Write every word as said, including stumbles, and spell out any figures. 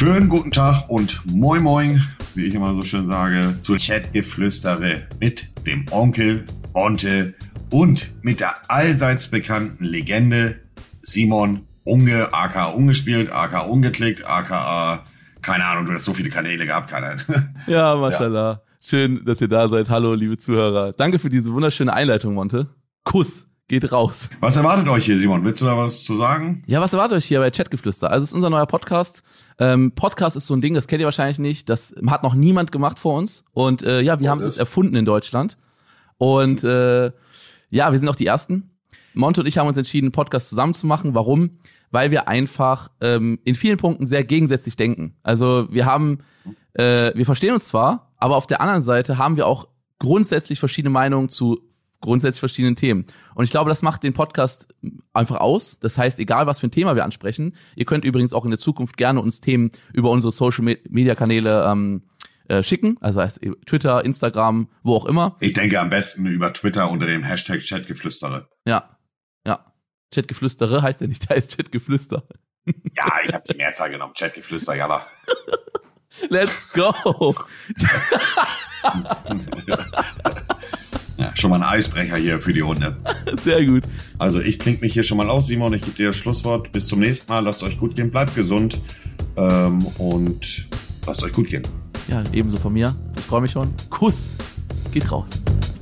Schönen guten Tag und moin moin, wie ich immer so schön sage, zu Chatgeflüstere mit dem Onkel Bonte und mit der allseits bekannten Legende Simon Unge, aka Ungespielt, aka Ungeklickt, aka, keine Ahnung, du hast so viele Kanäle gehabt, keine Ahnung. Ja, mashallah. Ja. Schön, dass ihr da seid. Hallo, liebe Zuhörer. Danke für diese wunderschöne Einleitung, Monte. Kuss geht raus. Was erwartet euch hier, Simon? Willst du da was zu sagen? Ja, was erwartet euch hier bei Chatgeflüster? Also es ist unser neuer Podcast. Ähm, Podcast ist so ein Ding, das kennt ihr wahrscheinlich nicht. Das hat noch niemand gemacht vor uns. Und äh, ja, wir haben es jetzt erfunden in Deutschland. Und äh, ja, wir sind auch die Ersten. Monte und ich haben uns entschieden, einen Podcast zusammen zu machen. Warum? Weil wir einfach ähm, in vielen Punkten sehr gegensätzlich denken. Also wir haben, äh, wir verstehen uns zwar, aber auf der anderen Seite haben wir auch grundsätzlich verschiedene Meinungen zu grundsätzlich verschiedenen Themen. Und ich glaube, das macht den Podcast einfach aus. Das heißt, egal was für ein Thema wir ansprechen, ihr könnt übrigens auch in der Zukunft gerne uns Themen über unsere Social-Media-Kanäle ähm, äh, schicken, also heißt Twitter, Instagram, wo auch immer. Ich denke am besten über Twitter unter dem Hashtag Chatgeflüstere. Ja, ja. Chatgeflüstere heißt ja nicht, da heißt Chatgeflüster. Ja, ich habe die Mehrzahl genommen. Chatgeflüster, jalla. Let's go. Ja, schon mal ein Eisbrecher hier für die Runde. Sehr gut. Also ich klinge mich hier schon mal aus, Simon. Ich gebe dir das Schlusswort. Bis zum nächsten Mal. Lasst euch gut gehen, bleibt gesund ähm, und lasst euch gut gehen. Ja, ebenso von mir. Ich freue mich schon. Kuss geht raus.